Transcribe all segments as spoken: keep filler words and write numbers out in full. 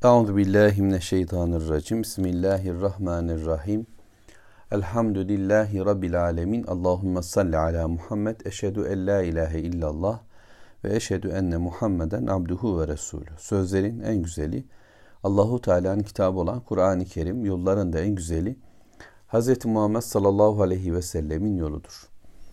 Euzu billahi mineşşeytanirracim. Bismillahirrahmanirrahim. Elhamdülillahi rabbil alamin. Allahumme salli ala Muhammed. Eşhedü en la ilahe illallah ve eşhedü enne Muhammeden abduhu ve resulü. Sözlerin en güzeli Allahu Teala'nın kitabı olan Kur'an-ı Kerim, yolların da en güzeli Hz. Muhammed sallallahu aleyhi ve sellemin yoludur.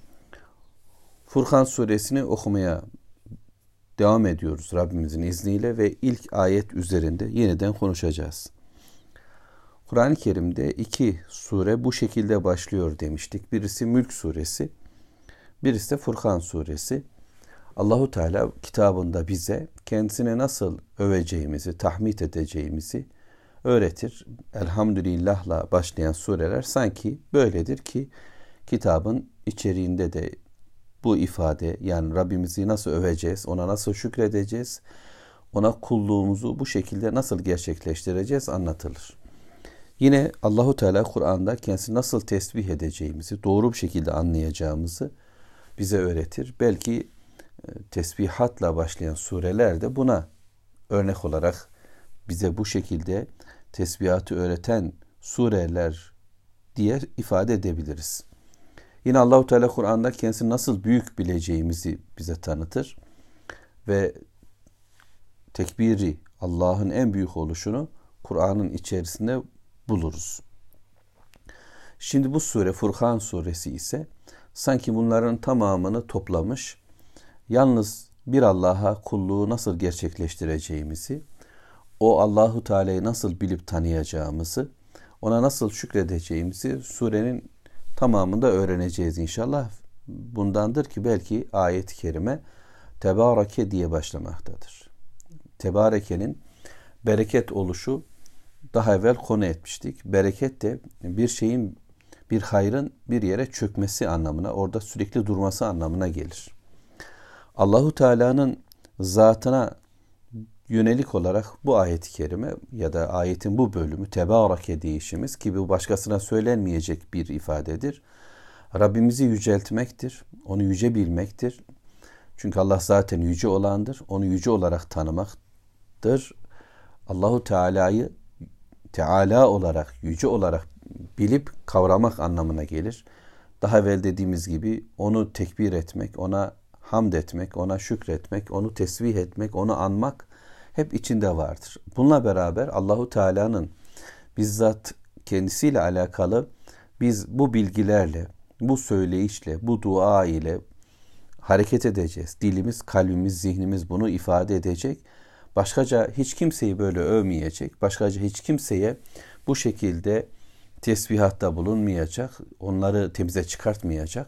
Furkan suresini okumaya devam ediyoruz Rabbimizin izniyle ve ilk ayet üzerinde yeniden konuşacağız. Kur'an-ı Kerim'de iki sure bu şekilde başlıyor demiştik. Birisi Mülk suresi, birisi de Furkan suresi. Allahu Teala kitabında bize kendisine nasıl öveceğimizi, tahmid edeceğimizi öğretir. Elhamdülillah'la başlayan sureler sanki böyledir ki kitabın içeriğinde de bu ifade, yani Rabbimizi nasıl öveceğiz, ona nasıl şükredeceğiz, ona kulluğumuzu bu şekilde nasıl gerçekleştireceğiz anlatılır. Yine Allahu Teala Kur'an'da kendisini nasıl tesbih edeceğimizi, doğru bir şekilde anlayacağımızı bize öğretir. Belki tesbihatla başlayan sureler de buna örnek olarak bize bu şekilde tesbihatı öğreten sureler diye ifade edebiliriz. Yine Allahu Teala Kur'an'da kendisini nasıl büyük bileceğimizi bize tanıtır ve tekbiri, Allah'ın en büyük oluşunu Kur'an'ın içerisinde buluruz. Şimdi bu sure, Furkan suresi ise sanki bunların tamamını toplamış, yalnız bir Allah'a kulluğu nasıl gerçekleştireceğimizi, o Allahu Teala'yı nasıl bilip tanıyacağımızı, ona nasıl şükredeceğimizi surenin tamamında öğreneceğiz inşallah. Bundandır ki belki ayet-i kerime Tebareke diye başlamaktadır. Tebareke'nin bereket oluşu daha evvel konu etmiştik. Bereket de bir şeyin, bir hayrın bir yere çökmesi anlamına, orada sürekli durması anlamına gelir. Allahu Teala'nın zatına yönelik olarak bu ayet-i kerime ya da ayetin bu bölümü Tebareke deyişimiz, ki bu başkasına söylenmeyecek bir ifadedir. Rabbimizi yüceltmektir, onu yüce bilmektir. Çünkü Allah zaten yüce olandır, onu yüce olarak tanımaktır. Allahu Teala'yı Teala olarak, yüce olarak bilip kavramak anlamına gelir. Daha evvel dediğimiz gibi onu tekbir etmek, ona hamd etmek, ona şükretmek, onu tesbih etmek, onu anmak hep içinde vardır. Bununla beraber Allahu Teala'nın bizzat kendisiyle alakalı biz bu bilgilerle, bu söyleyişle, bu dua ile hareket edeceğiz. Dilimiz, kalbimiz, zihnimiz bunu ifade edecek. Başkaca hiç kimseyi böyle övmeyecek. Başkaca hiç kimseye bu şekilde tesbihatta bulunmayacak. Onları temize çıkartmayacak.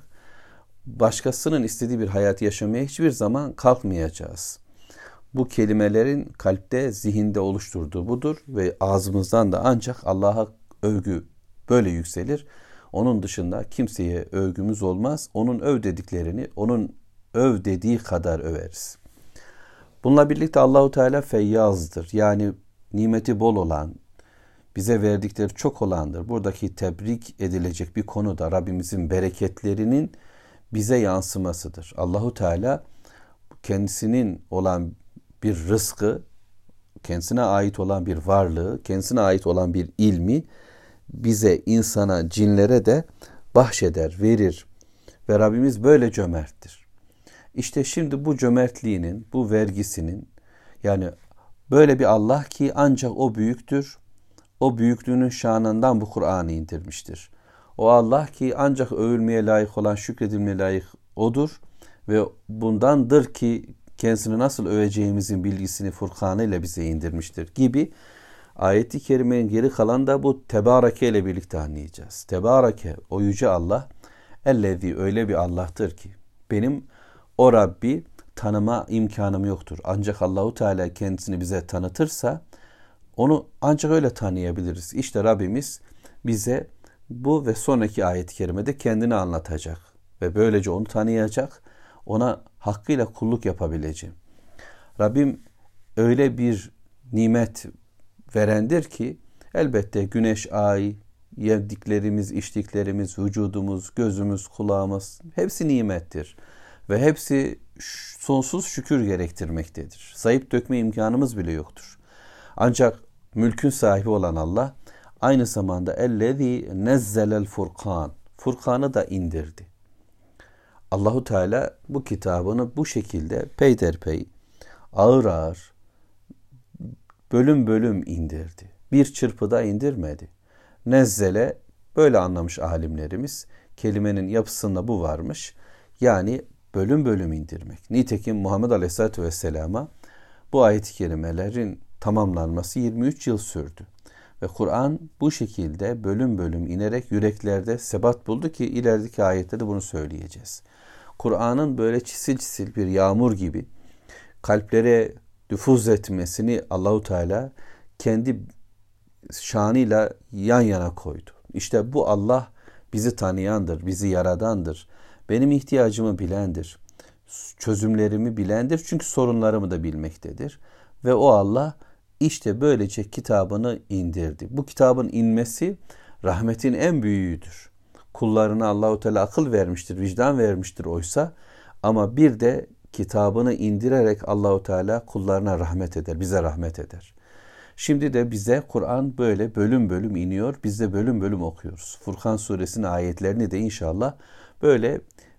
Başkasının istediği bir hayatı yaşamaya hiçbir zaman kalkmayacağız. Bu kelimelerin kalpte, zihinde oluşturduğu budur ve ağzımızdan da ancak Allah'a övgü böyle yükselir. Onun dışında kimseye övgümüz olmaz. Onun öv dediklerini, onun öv dediği kadar överiz. Bununla birlikte Allahu Teala feyyazdır. Yani nimeti bol olan, bize verdikleri çok olandır. Buradaki tebrik edilecek bir konu da Rabbimizin bereketlerinin bize yansımasıdır. Allahu Teala kendisinin olan bir rızkı, kendisine ait olan bir varlığı, kendisine ait olan bir ilmi bize, insana, cinlere de bahşeder, verir. Ve Rabbimiz böyle cömerttir. İşte şimdi bu cömertliğinin, bu vergisinin, yani böyle bir Allah ki ancak o büyüktür, o büyüklüğünün şanından bu Kur'an'ı indirmiştir. O Allah ki ancak övülmeye layık olan, şükredilmeye layık odur ve bundandır ki kendisini nasıl öveceğimizin bilgisini Furkan'ı ile bize indirmiştir gibi ayet-i kerimenin geri kalan da bu Tebareke ile birlikte anlayacağız. Tebareke, o yüce Allah, ellezî, öyle bir Allah'tır ki benim o Rabbi tanıma imkanım yoktur. Ancak Allahu Teala kendisini bize tanıtırsa onu ancak öyle tanıyabiliriz. İşte Rabbimiz bize bu ve sonraki ayet-i kerimede kendini anlatacak ve böylece onu tanıyacak, ona hakkıyla kulluk yapabileceğim. Rabbim öyle bir nimet verendir ki elbette güneş, ay, yediklerimiz, içtiklerimiz, vücudumuz, gözümüz, kulağımız hepsi nimettir. Ve hepsi sonsuz şükür gerektirmektedir. Sayıp dökme imkanımız bile yoktur. Ancak mülkün sahibi olan Allah aynı zamanda ellezî nezzelel furkan. Furkan'ı da indirdi. Allahu Teala bu kitabını bu şekilde peyderpey, ağır ağır, bölüm bölüm indirdi. Bir çırpıda indirmedi. Nezzele böyle anlamış alimlerimiz. Kelimenin yapısında bu varmış. Yani bölüm bölüm indirmek. Nitekim Muhammed Aleyhisselatü Vesselam'a bu ayet-i kerimelerin tamamlanması yirmi üç yıl sürdü. Ve Kur'an bu şekilde bölüm bölüm inerek yüreklerde sebat buldu ki ilerideki ayetlerde bunu söyleyeceğiz. Kur'an'ın böyle çisil çisil bir yağmur gibi kalplere nüfuz etmesini Allahu Teala kendi şanıyla yan yana koydu. İşte bu Allah bizi tanıyandır, bizi yaradandır. Benim ihtiyacımı bilendir. Çözümlerimi bilendir. Çünkü sorunlarımı da bilmektedir. Ve o Allah işte böylece kitabını indirdi. Bu kitabın inmesi rahmetin en büyüğüdür. Kullarına Allahu Teala akıl vermiştir, vicdan vermiştir oysa, ama bir de kitabını indirerek Allahu Teala kullarına rahmet eder, bize rahmet eder. Şimdi de bize Kur'an böyle bölüm bölüm iniyor. Biz de bölüm bölüm okuyoruz. Furkan suresinin ayetlerini de inşallah böyle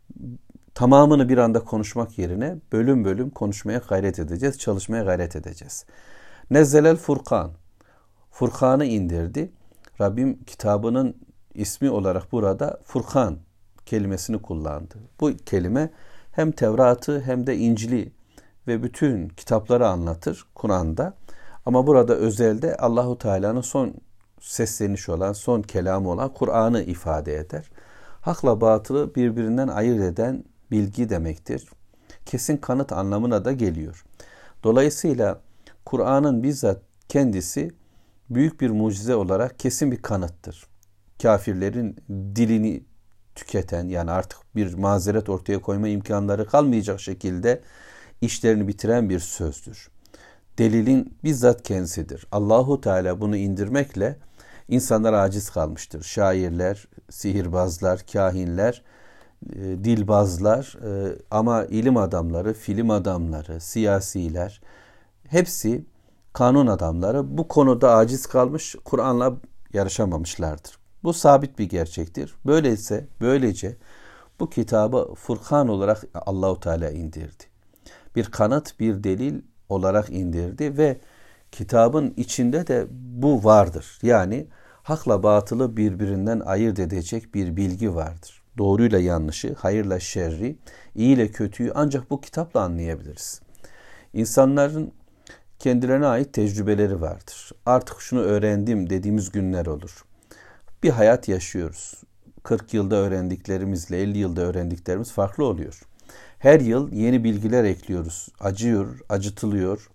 tamamını bir anda konuşmak yerine bölüm bölüm konuşmaya gayret edeceğiz, çalışmaya gayret edeceğiz. Nezzelel Furkan. Furkan'ı indirdi. Rabbim kitabının ismi olarak burada Furkan kelimesini kullandı. Bu kelime hem Tevrat'ı hem de İncil'i ve bütün kitapları anlatır Kur'an'da. Ama burada özelde Allahu Teala'nın son seslenişi olan, son kelamı olan Kur'an'ı ifade eder. Hakla batılı birbirinden ayırt eden bilgi demektir. Kesin kanıt anlamına da geliyor. Dolayısıyla Kur'an'ın bizzat kendisi büyük bir mucize olarak kesin bir kanıttır. Kafirlerin dilini tüketen, yani artık bir mazeret ortaya koyma imkanları kalmayacak şekilde işlerini bitiren bir sözdür. Delilin bizzat kendisidir. Allahu Teala bunu indirmekle insanlar aciz kalmıştır. Şairler, sihirbazlar, kahinler, e, dilbazlar, e, ama ilim adamları, film adamları, siyasiler, hepsi kanun adamları bu konuda aciz kalmış, Kur'an'la yarışamamışlardır. Bu sabit bir gerçektir. Böyleyse, böylece bu kitabı Furkan olarak Allahu Teala indirdi. Bir kanıt, bir delil olarak indirdi ve kitabın içinde de bu vardır. Yani hakla batılı birbirinden ayırt edecek bir bilgi vardır. Doğruyla yanlışı, hayırla şerri, iyi ile kötüyü ancak bu kitapla anlayabiliriz. İnsanların kendilerine ait tecrübeleri vardır. Artık şunu öğrendim dediğimiz günler olur. Bir hayat yaşıyoruz. kırk yılda öğrendiklerimizle elli yılda öğrendiklerimiz farklı oluyor. Her yıl yeni bilgiler ekliyoruz. Acıyor, acıtılıyor.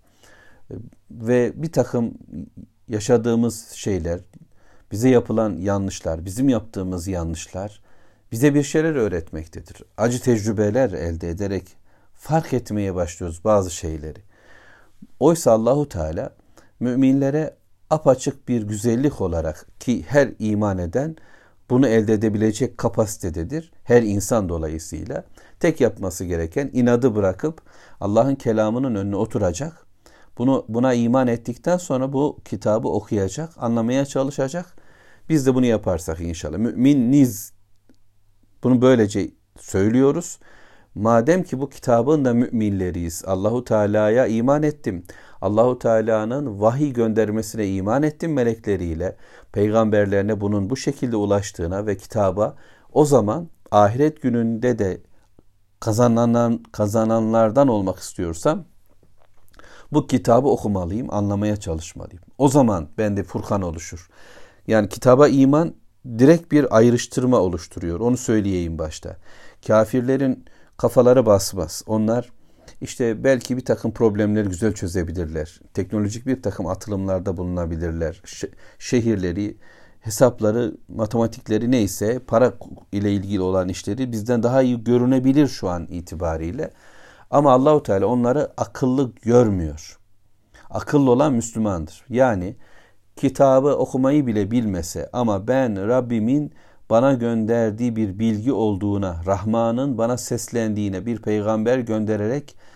Ve bir takım yaşadığımız şeyler, bize yapılan yanlışlar, bizim yaptığımız yanlışlar bize bir şeyler öğretmektedir. Acı tecrübeler elde ederek fark etmeye başlıyoruz bazı şeyleri. Oysa Allahu Teala müminlere apaçık bir güzellik olarak, ki her iman eden bunu elde edebilecek kapasitededir. Her insan dolayısıyla tek yapması gereken inadı bırakıp Allah'ın kelamının önüne oturacak. Bunu buna iman ettikten sonra bu kitabı okuyacak, anlamaya çalışacak. Biz de bunu yaparsak inşallah müminiz. Bunu böylece söylüyoruz. Madem ki bu kitabın da müminleriyiz. Allahu Teala'ya iman ettim. Allahu Teala'nın vahiy göndermesine iman ettim melekleriyle. Peygamberlerine bunun bu şekilde ulaştığına ve kitaba, o zaman ahiret gününde de kazanan, kazananlardan olmak istiyorsam bu kitabı okumalıyım, anlamaya çalışmalıyım. O zaman bende Furkan oluşur. Yani kitaba iman direkt bir ayrıştırma oluşturuyor. Onu söyleyeyim başta. Kafirlerin kafaları basmaz. Onlar işte belki bir takım problemleri güzel çözebilirler. Teknolojik bir takım atılımlarda bulunabilirler. Ş- şehirleri, hesapları, matematikleri neyse, para ile ilgili olan işleri bizden daha iyi görünebilir şu an itibariyle. Ama Allahu Teala onları akıllı görmüyor. Akıllı olan Müslümandır. Yani kitabı okumayı bile bilmese ama ben Rabbimin bana gönderdiği bir bilgi olduğuna, Rahman'ın bana seslendiğine, bir peygamber göndererek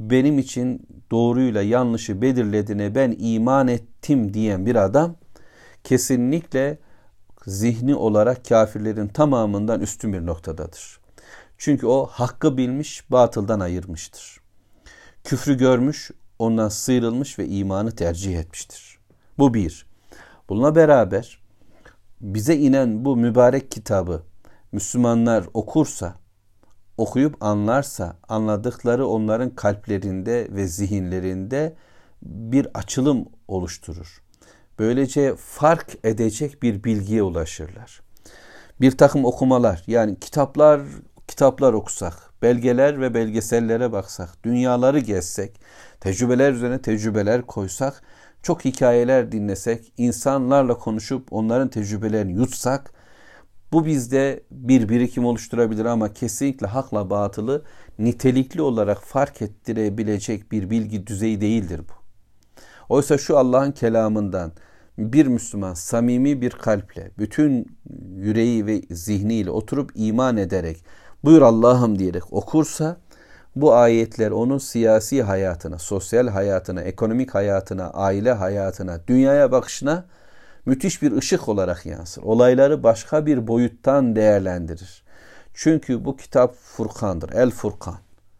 benim için doğruyla yanlışı belirlediğine ben iman ettim diyen bir adam kesinlikle zihni olarak kafirlerin tamamından üstün bir noktadadır. Çünkü o hakkı bilmiş, batıldan ayırmıştır. Küfrü görmüş, ondan sıyrılmış ve imanı tercih etmiştir. Bu bir. Bununla beraber bize inen bu mübarek kitabı Müslümanlar okursa, okuyup anlarsa, anladıkları onların kalplerinde ve zihinlerinde bir açılım oluşturur. Böylece fark edecek bir bilgiye ulaşırlar. Bir takım okumalar, yani kitaplar, kitaplar okusak, belgeler ve belgesellere baksak, dünyaları gezsek, tecrübeler üzerine tecrübeler koysak, çok hikayeler dinlesek, insanlarla konuşup onların tecrübelerini yutsak, bu bizde bir birikim oluşturabilir ama kesinlikle hakla batılı nitelikli olarak fark ettirebilecek bir bilgi düzeyi değildir bu. Oysa şu Allah'ın kelamından bir Müslüman samimi bir kalple, bütün yüreği ve zihniyle oturup iman ederek, buyur Allah'ım diyerek okursa, bu ayetler onun siyasi hayatına, sosyal hayatına, ekonomik hayatına, aile hayatına, dünyaya bakışına müthiş bir ışık olarak yansır. Olayları başka bir boyuttan değerlendirir. Çünkü bu kitap Furkan'dır. El Furkan.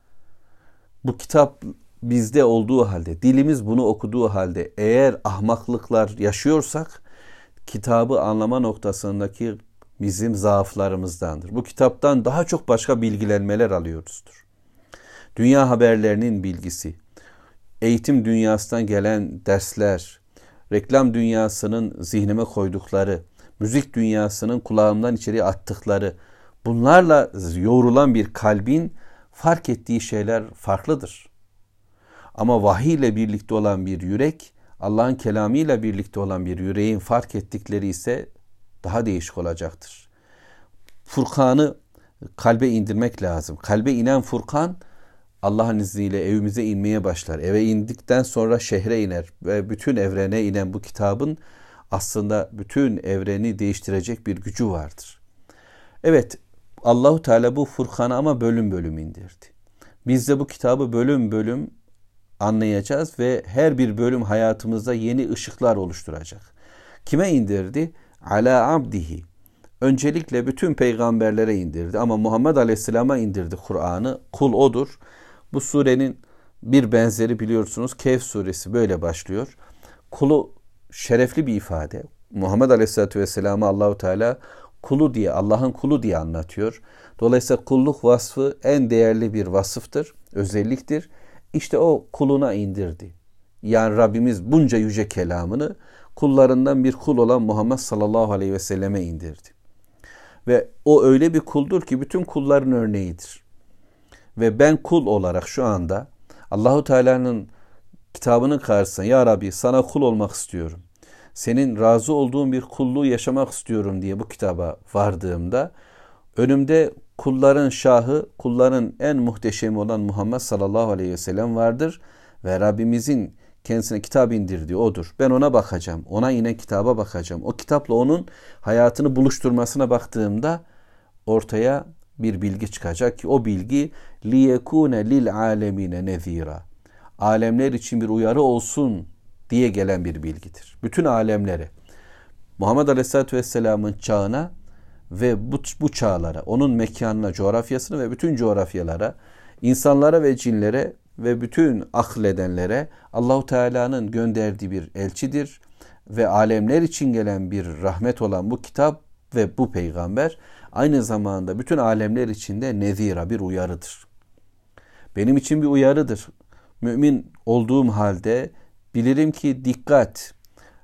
Bu kitap bizde olduğu halde, dilimiz bunu okuduğu halde eğer ahmaklıklar yaşıyorsak, kitabı anlama noktasındaki bizim zaaflarımızdandır. Bu kitaptan daha çok başka bilgilenmeler alıyoruzdur. Dünya haberlerinin bilgisi, eğitim dünyasından gelen dersler, reklam dünyasının zihnime koydukları, müzik dünyasının kulağımdan içeriye attıkları, bunlarla yoğrulan bir kalbin fark ettiği şeyler farklıdır. Ama vahiy ile birlikte olan bir yürek, Allah'ın kelamıyla birlikte olan bir yüreğin fark ettikleri ise daha değişik olacaktır. Furkan'ı kalbe indirmek lazım. Kalbe inen Furkan, Allah'ın izniyle evimize inmeye başlar. Eve indikten sonra şehre iner ve bütün evrene inen bu kitabın aslında bütün evreni değiştirecek bir gücü vardır. Evet, Allahu Teala bu Furkan'ı ama bölüm bölüm indirdi. Biz de bu kitabı bölüm bölüm anlayacağız ve her bir bölüm hayatımızda yeni ışıklar oluşturacak. Kime indirdi? Ala abdihi. Öncelikle bütün peygamberlere indirdi ama Muhammed Aleyhisselam'a indirdi Kur'an'ı. Kul odur. Bu surenin bir benzeri biliyorsunuz Kehf suresi böyle başlıyor. Kulu şerefli bir ifade. Muhammed Aleyhisselatü Vesselam'ı Allahu Teala kulu diye, Allah'ın kulu diye anlatıyor. Dolayısıyla kulluk vasfı en değerli bir vasıftır, özelliktir. İşte o kuluna indirdi. Yani Rabbimiz bunca yüce kelamını kullarından bir kul olan Muhammed sallallahu aleyhi ve selleme indirdi. Ve o öyle bir kuldur ki bütün kulların örneğidir. Ve ben kul olarak şu anda Allahu Teala'nın kitabının karşısına ya Rabbi sana kul olmak istiyorum. Senin razı olduğun bir kulluğu yaşamak istiyorum diye bu kitaba vardığımda önümde kulların şahı, kulların en muhteşemi olan Muhammed sallallahu aleyhi ve sellem vardır ve Rabbimizin kendisine kitap indirdiği odur. Ben ona bakacağım, ona inen kitaba bakacağım. O kitapla onun hayatını buluşturmasına baktığımda ortaya bir bilgi çıkacak ki o bilgi liyekune lil alemine nezira. Alemler için bir uyarı olsun diye gelen bir bilgidir. Bütün alemlere, Muhammed Aleyhisselatü Vesselam'ın çağına ve bu, bu çağlara, onun mekanına, coğrafyasına ve bütün coğrafyalara, insanlara ve cinlere ve bütün akledenlere Allahu Teala'nın gönderdiği bir elçidir ve alemler için gelen bir rahmet olan bu kitap ve bu peygamber aynı zamanda bütün alemler için de nezira, bir uyarıdır. Benim için bir uyarıdır. Mümin olduğum halde bilirim ki dikkat,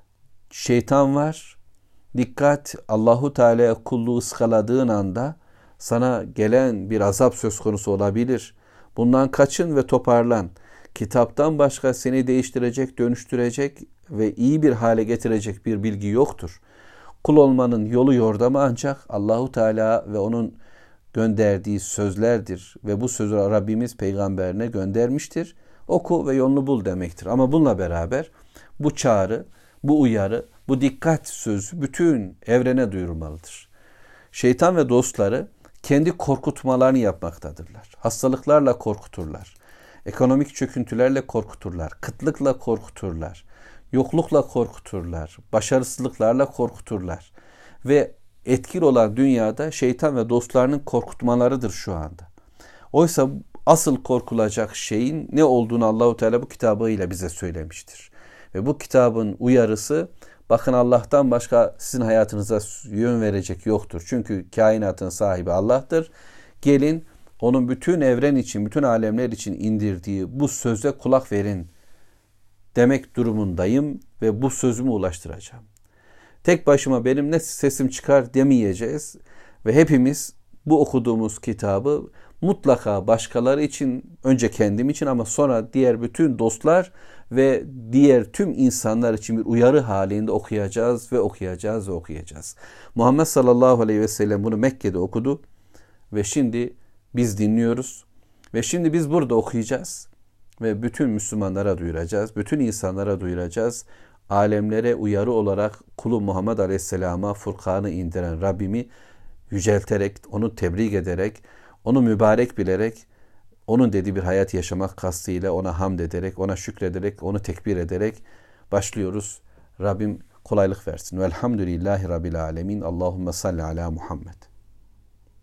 şeytan var. Dikkat, Allahu Teala'ya kulluğu ıskaladığın anda sana gelen bir azap söz konusu olabilir. Bundan kaçın ve toparlan. Kitaptan başka seni değiştirecek, dönüştürecek ve iyi bir hale getirecek bir bilgi yoktur. Kul olmanın yolu yordamı ancak Allahu Teala ve onun gönderdiği sözlerdir ve bu sözü Rabbimiz peygamberine göndermiştir. Oku ve yolunu bul demektir. Ama bununla beraber bu çağrı, bu uyarı, bu dikkat sözü bütün evrene duyurulmalıdır. Şeytan ve dostları kendi korkutmalarını yapmaktadırlar. Hastalıklarla korkuturlar. Ekonomik çöküntülerle korkuturlar, kıtlıkla korkuturlar, yoklukla korkuturlar, başarısızlıklarla korkuturlar. Ve etkili olan dünyada şeytan ve dostlarının korkutmalarıdır şu anda. Oysa asıl korkulacak şeyin ne olduğunu Allahu Teala bu kitabıyla bize söylemiştir. Ve bu kitabın uyarısı, bakın Allah'tan başka sizin hayatınıza yön verecek yoktur. Çünkü kainatın sahibi Allah'tır. Gelin onun bütün evren için, bütün alemler için indirdiği bu söze kulak verin demek durumundayım ve bu sözümü ulaştıracağım. Tek başıma benim ne sesim çıkar demeyeceğiz ve hepimiz bu okuduğumuz kitabı mutlaka başkaları için, önce kendim için ama sonra diğer bütün dostlar ve diğer tüm insanlar için bir uyarı halinde okuyacağız ve okuyacağız ve okuyacağız. Muhammed sallallahu aleyhi ve sellem bunu Mekke'de okudu ve şimdi biz dinliyoruz ve şimdi biz burada okuyacağız ve bütün Müslümanlara duyuracağız, bütün insanlara duyuracağız. Alemlere uyarı olarak kulu Muhammed Aleyhisselam'a Furkan'ı indiren Rabbimi yücelterek, onu tebrik ederek, onu mübarek bilerek, onun dediği bir hayat yaşamak kastıyla ona hamd ederek, ona şükrederek, onu tekbir ederek başlıyoruz. Rabbim kolaylık versin. Velhamdülillahi Rabbil alemin. Allahümme salli ala Muhammed.